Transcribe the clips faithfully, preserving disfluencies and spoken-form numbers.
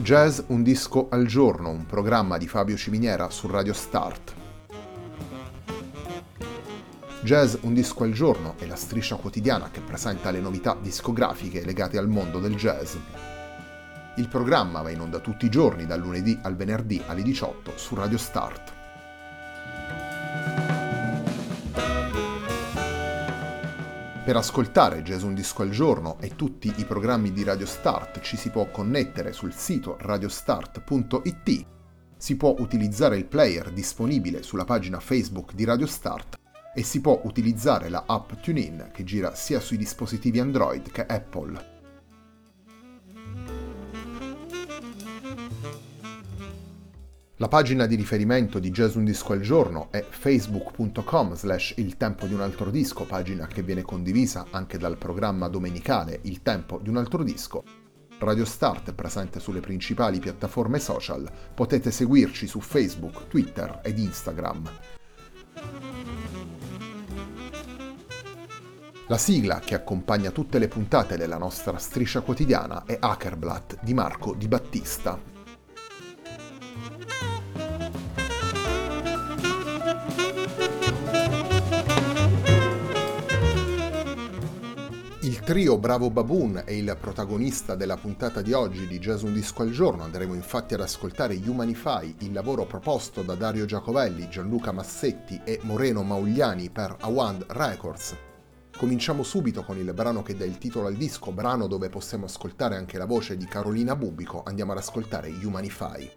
Jazz un disco al giorno, un programma di Fabio Ciminiera su Radio Start. Jazz un disco al giorno è la striscia quotidiana che presenta le novità discografiche legate al mondo del jazz. Il programma va in onda tutti i giorni dal lunedì al venerdì alle diciotto su Radio Start. Per ascoltare Jazz un disco al giorno e tutti i programmi di Radio Start ci si può connettere sul sito radiostart punto it, si può utilizzare il player disponibile sulla pagina Facebook di Radio Start e si può utilizzare la app TuneIn che gira sia sui dispositivi Android che Apple. La pagina di riferimento di Jazz un disco al giorno è facebook punto com slash il tempo di un altro disco, pagina che viene condivisa anche dal programma domenicale Il tempo di un altro disco. Radio Start è presente sulle principali piattaforme social, potete seguirci su Facebook, Twitter ed Instagram. La sigla che accompagna tutte le puntate della nostra striscia quotidiana è Hackerblatt di Marco Di Battista. Il trio Bravo Baboon è il protagonista della puntata di oggi di Jazz un disco al giorno. Andremo infatti ad ascoltare Humanify, il lavoro proposto da Dario Giacovelli, Gianluca Massetti e Moreno Maugliani per Awand Records. Cominciamo subito con il brano che dà il titolo al disco, brano dove possiamo ascoltare anche la voce di Carolina Bubico. Andiamo ad ascoltare Humanify.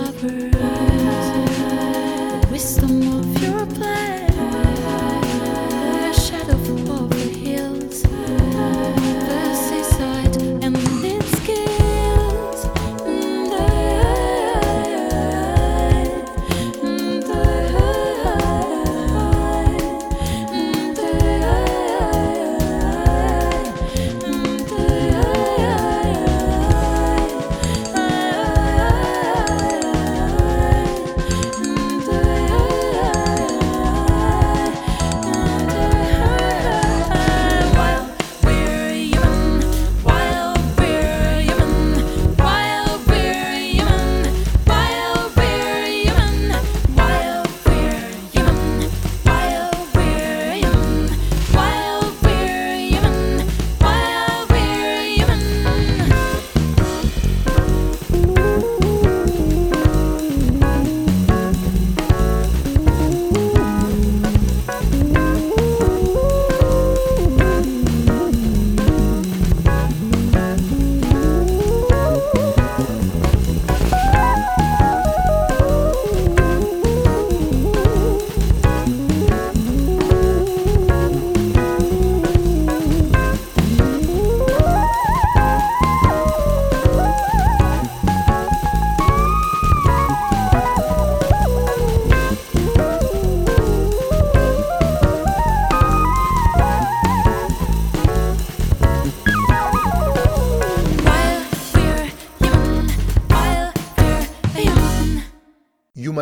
Wisdom of your plan.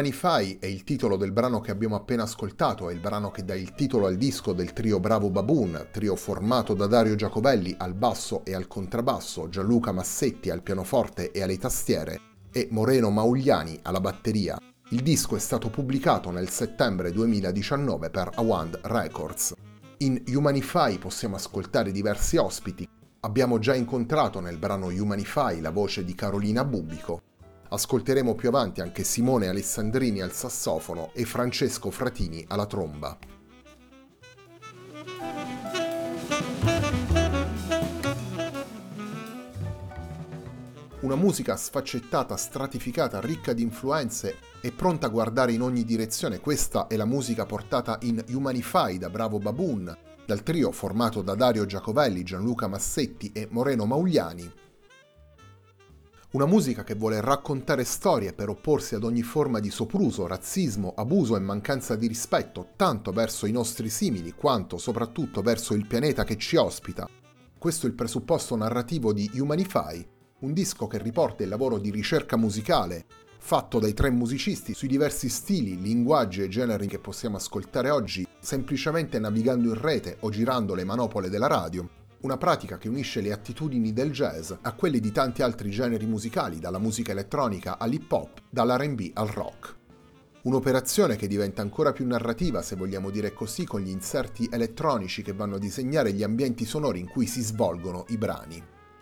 Humanify è il titolo del brano che abbiamo appena ascoltato, è il brano che dà il titolo al disco del trio Bravo Baboon, trio formato da Dario Giacovelli al basso e al contrabbasso, Gianluca Massetti al pianoforte e alle tastiere e Moreno Maugliani alla batteria. Il disco è stato pubblicato nel settembre duemiladiciannove per Awand Records. In Humanify possiamo ascoltare diversi ospiti. Abbiamo già incontrato nel brano Humanify la voce di Carolina Bubico. Ascolteremo più avanti anche Simone Alessandrini al sassofono e Francesco Fratini alla tromba. Una musica sfaccettata, stratificata, ricca di influenze e pronta a guardare in ogni direzione. Questa è la musica portata in Humanify da Bravo Baboon, dal trio formato da Dario Giacovelli, Gianluca Massetti e Moreno Maugliani. Una musica che vuole raccontare storie per opporsi ad ogni forma di sopruso, razzismo, abuso e mancanza di rispetto, tanto verso i nostri simili quanto soprattutto verso il pianeta che ci ospita. Questo è il presupposto narrativo di Humanify, un disco che riporta il lavoro di ricerca musicale fatto dai tre musicisti sui diversi stili, linguaggi e generi che possiamo ascoltare oggi semplicemente navigando in rete o girando le manopole della radio. Una pratica che unisce le attitudini del jazz a quelle di tanti altri generi musicali, dalla musica elettronica all'hip hop, dall'R and B al rock. Un'operazione che diventa ancora più narrativa, se vogliamo dire così, con gli inserti elettronici che vanno a disegnare gli ambienti sonori in cui si svolgono i brani.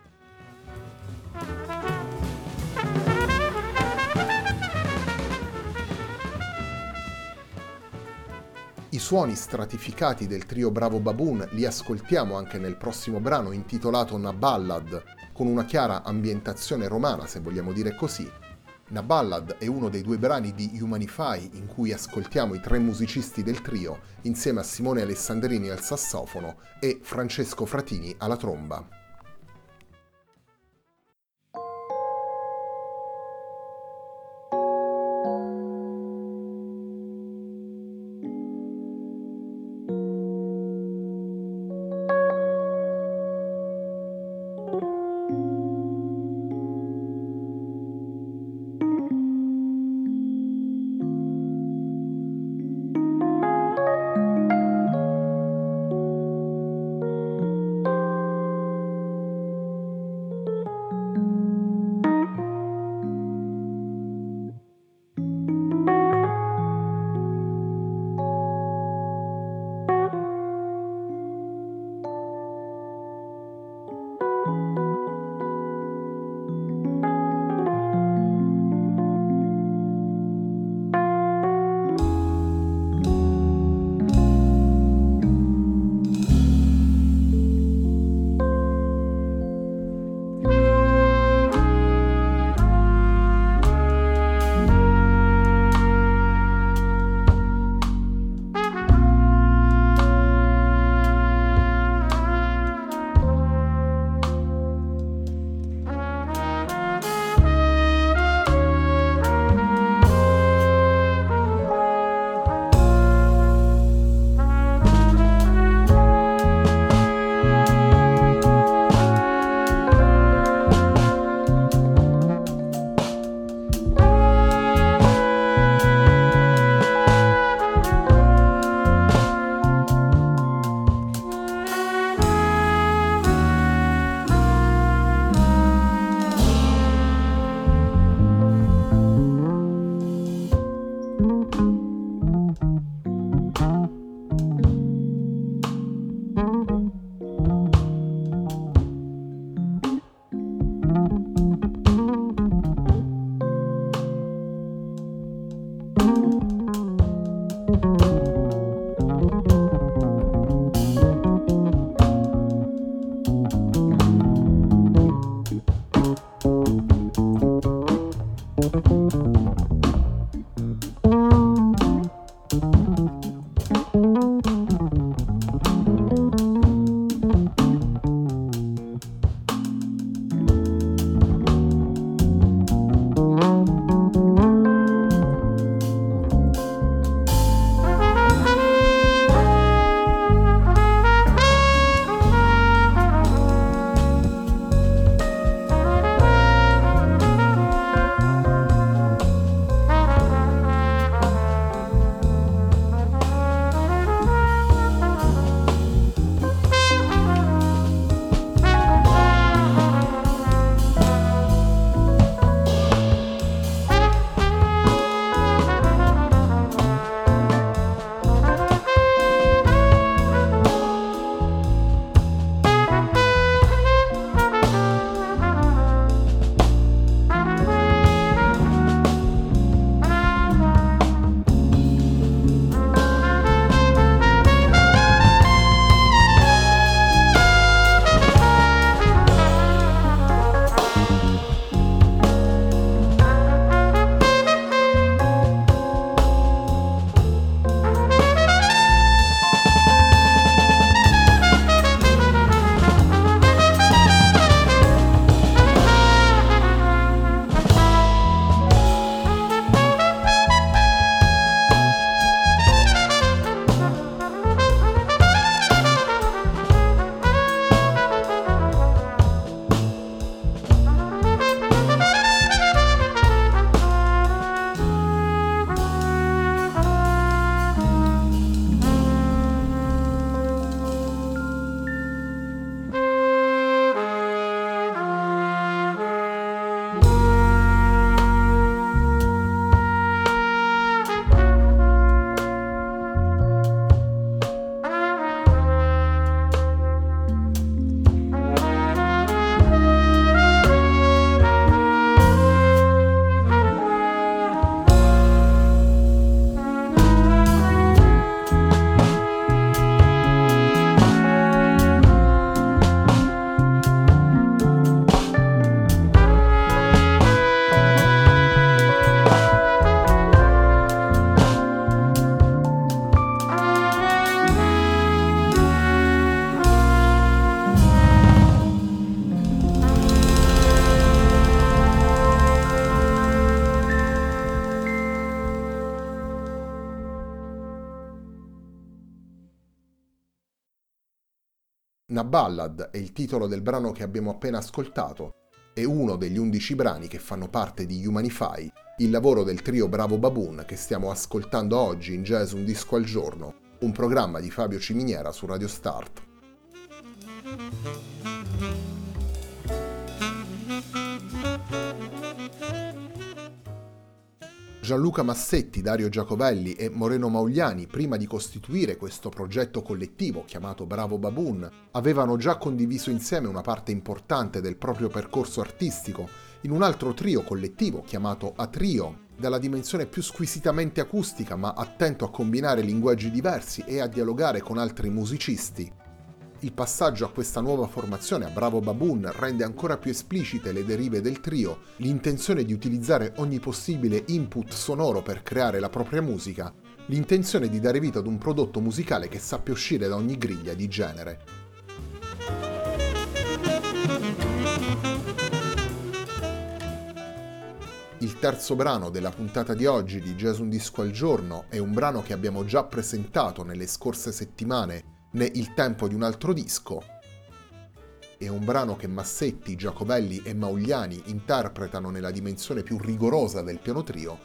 I suoni stratificati del trio Bravo Baboon li ascoltiamo anche nel prossimo brano intitolato Na Ballad, con una chiara ambientazione romana, se vogliamo dire così. Na Ballad è uno dei due brani di Humanify in cui ascoltiamo i tre musicisti del trio insieme a Simone Alessandrini al sassofono e Francesco Fratini alla tromba. Na Ballad è il titolo del brano che abbiamo appena ascoltato, è uno degli undici brani che fanno parte di Humanify, il lavoro del trio Bravo Baboon che stiamo ascoltando oggi in Jazz Un Disco al Giorno, un programma di Fabio Ciminiera su Radio Start. Gianluca Massetti, Dario Giacovelli e Moreno Maugliani, prima di costituire questo progetto collettivo chiamato Bravo Baboon, avevano già condiviso insieme una parte importante del proprio percorso artistico in un altro trio collettivo chiamato A Trio, dalla dimensione più squisitamente acustica ma attento a combinare linguaggi diversi e a dialogare con altri musicisti. Il passaggio a questa nuova formazione, a Bravo Baboon, rende ancora più esplicite le derive del trio, l'intenzione di utilizzare ogni possibile input sonoro per creare la propria musica, l'intenzione di dare vita ad un prodotto musicale che sappia uscire da ogni griglia di genere. Il terzo brano della puntata di oggi di Jazz Un Disco al Giorno è un brano che abbiamo già presentato nelle scorse settimane né Il tempo di un altro disco. È un brano che Massetti, Giacovelli e Maugliani interpretano nella dimensione più rigorosa del piano trio.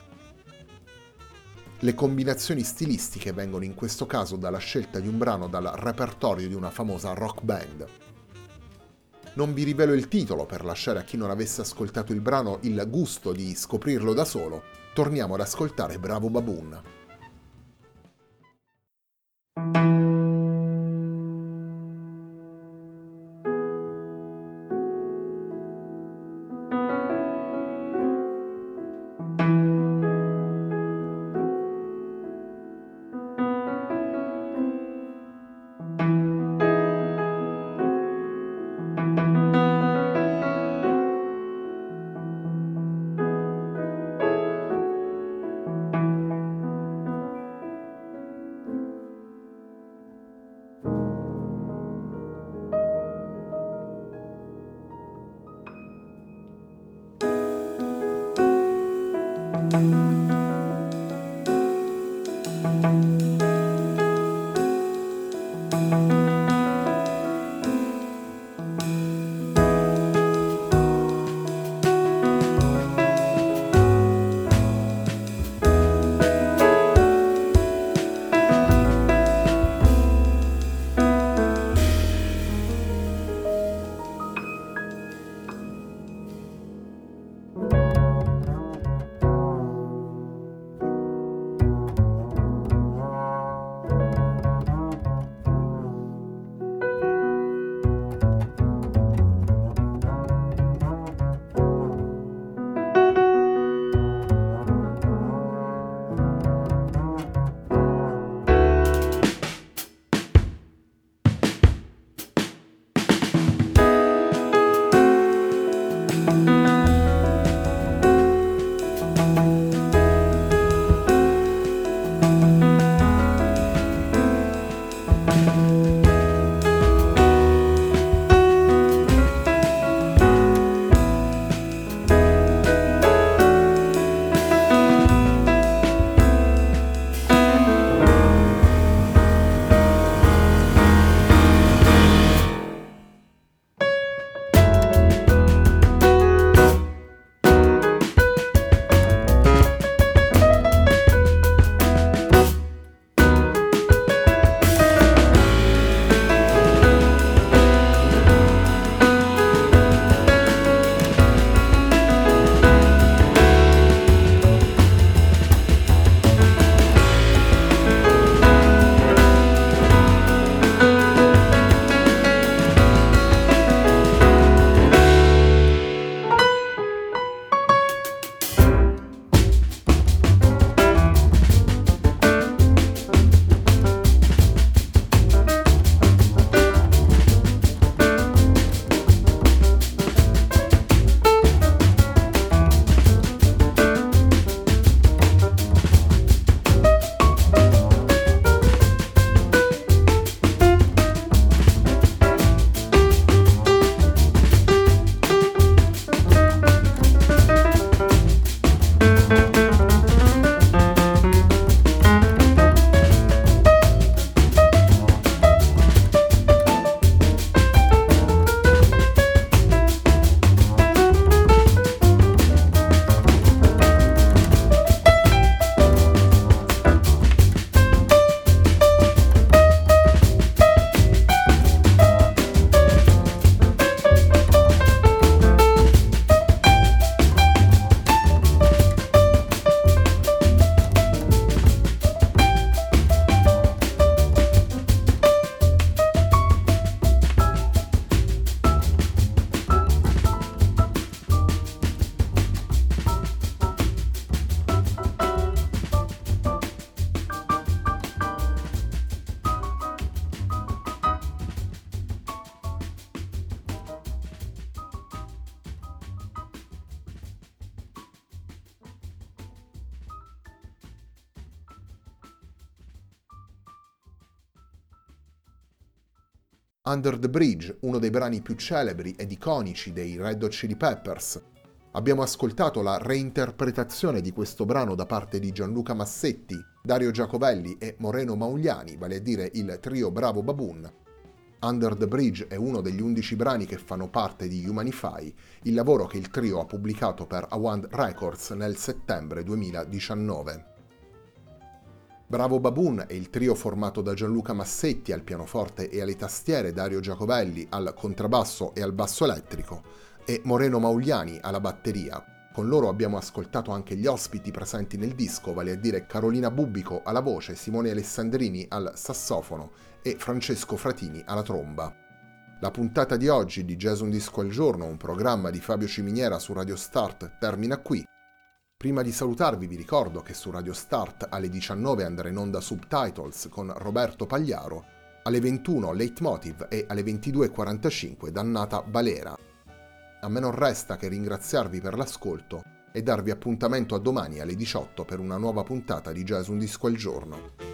Le combinazioni stilistiche vengono in questo caso dalla scelta di un brano dal repertorio di una famosa rock band. Non vi rivelo il titolo per lasciare a chi non avesse ascoltato il brano il gusto di scoprirlo da solo. Torniamo ad ascoltare Bravo Baboon. Under the Bridge, uno dei brani più celebri ed iconici dei Red Hot Chili Peppers. Abbiamo ascoltato la reinterpretazione di questo brano da parte di Gianluca Massetti, Dario Giacovelli e Moreno Mauliani, vale a dire il trio Bravo Baboon. Under the Bridge è uno degli undici brani che fanno parte di Humanify, il lavoro che il trio ha pubblicato per Awand Records nel settembre duemiladiciannove. Bravo Baboon è il trio formato da Gianluca Massetti al pianoforte e alle tastiere, Dario Giacovelli al contrabbasso e al basso elettrico e Moreno Mauliani alla batteria. Con loro abbiamo ascoltato anche gli ospiti presenti nel disco, vale a dire Carolina Bubbico alla voce, Simone Alessandrini al sassofono e Francesco Fratini alla tromba. La puntata di oggi di Jazz Un Disco al Giorno, un programma di Fabio Ciminiera su Radio Start, termina qui. Prima di salutarvi vi ricordo che su Radio Start alle diciannove andrà in onda Subtitles con Roberto Pagliaro, alle ventuno Leitmotiv e alle ventidue e quarantacinque Dannata Balera. A me non resta che ringraziarvi per l'ascolto e darvi appuntamento a domani alle diciotto per una nuova puntata di Jazz Un Disco al Giorno.